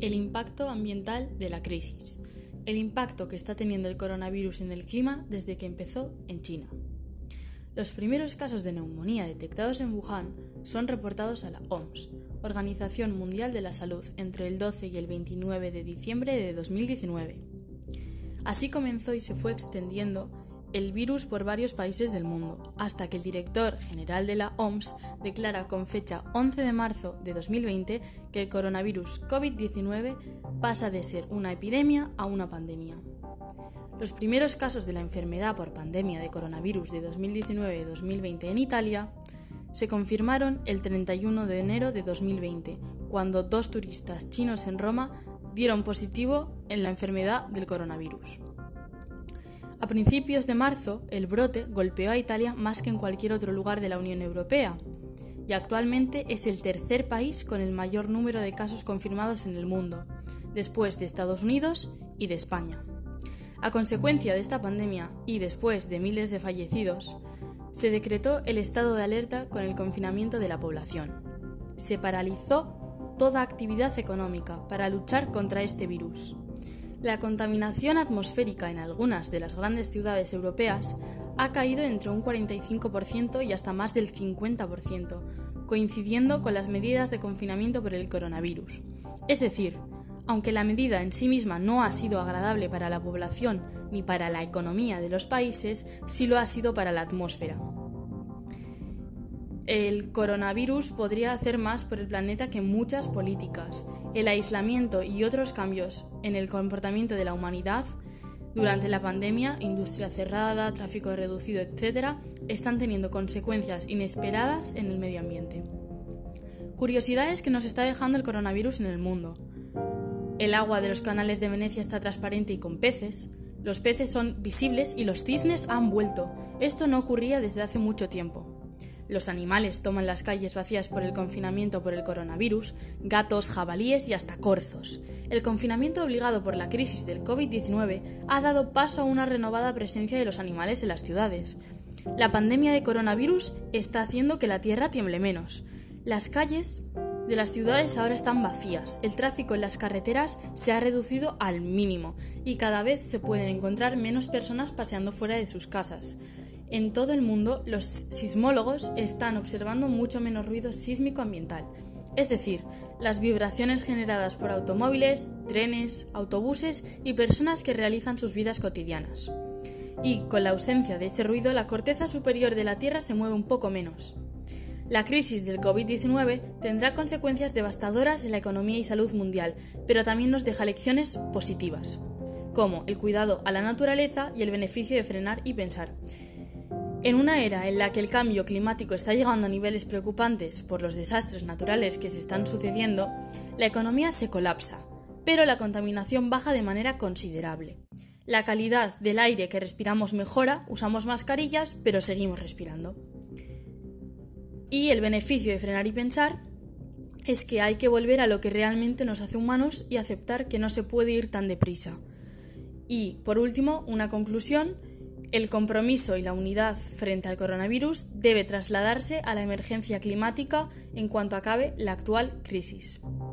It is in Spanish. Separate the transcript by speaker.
Speaker 1: El impacto ambiental de la crisis. El impacto que está teniendo el coronavirus en el clima desde que empezó en China. Los primeros casos de neumonía detectados en Wuhan son reportados a la OMS, Organización Mundial de la Salud, entre el 12 y el 29 de diciembre de 2019. Así comenzó y se fue extendiendo el virus por varios países del mundo, hasta que el director general de la OMS declara con fecha 11 de marzo de 2020 que el coronavirus COVID-19 pasa de ser una epidemia a una pandemia. Los primeros casos de la enfermedad por pandemia de coronavirus de 2019-2020 en Italia se confirmaron el 31 de enero de 2020, cuando 2 turistas chinos en Roma dieron positivo en la enfermedad del coronavirus. A principios de marzo, el brote golpeó a Italia más que en cualquier otro lugar de la Unión Europea, y actualmente es el tercer país con el mayor número de casos confirmados en el mundo, después de Estados Unidos y de España. A consecuencia de esta pandemia y después de miles de fallecidos, se decretó el estado de alerta con el confinamiento de la población. Se paralizó toda actividad económica para luchar contra este virus. La contaminación atmosférica en algunas de las grandes ciudades europeas ha caído entre un 45% y hasta más del 50%, coincidiendo con las medidas de confinamiento por el coronavirus. Es decir, aunque la medida en sí misma no ha sido agradable para la población ni para la economía de los países, sí lo ha sido para la atmósfera. El coronavirus podría hacer más por el planeta que muchas políticas. El aislamiento y otros cambios en el comportamiento de la humanidad durante la pandemia, industria cerrada, tráfico reducido, etc., están teniendo consecuencias inesperadas en el medio ambiente. Curiosidades que nos está dejando el coronavirus en el mundo. El agua de los canales de Venecia está transparente y con peces. Los peces son visibles y los cisnes han vuelto. Esto no ocurría desde hace mucho tiempo. Los animales toman las calles vacías por el confinamiento por el coronavirus, gatos, jabalíes y hasta corzos. El confinamiento obligado por la crisis del COVID-19 ha dado paso a una renovada presencia de los animales en las ciudades. La pandemia de coronavirus está haciendo que la tierra tiemble menos. Las calles de las ciudades ahora están vacías, el tráfico en las carreteras se ha reducido al mínimo y cada vez se pueden encontrar menos personas paseando fuera de sus casas. En todo el mundo, los sismólogos están observando mucho menos ruido sísmico ambiental, es decir, las vibraciones generadas por automóviles, trenes, autobuses y personas que realizan sus vidas cotidianas. Y, con la ausencia de ese ruido, la corteza superior de la Tierra se mueve un poco menos. La crisis del COVID-19 tendrá consecuencias devastadoras en la economía y salud mundial, pero también nos deja lecciones positivas, como el cuidado a la naturaleza y el beneficio de frenar y pensar. En una era en la que el cambio climático está llegando a niveles preocupantes por los desastres naturales que se están sucediendo, la economía se colapsa, pero la contaminación baja de manera considerable. La calidad del aire que respiramos mejora, usamos mascarillas, pero seguimos respirando. Y el beneficio de frenar y pensar es que hay que volver a lo que realmente nos hace humanos y aceptar que no se puede ir tan deprisa. Y, por último, una conclusión: el compromiso y la unidad frente al coronavirus debe trasladarse a la emergencia climática en cuanto acabe la actual crisis.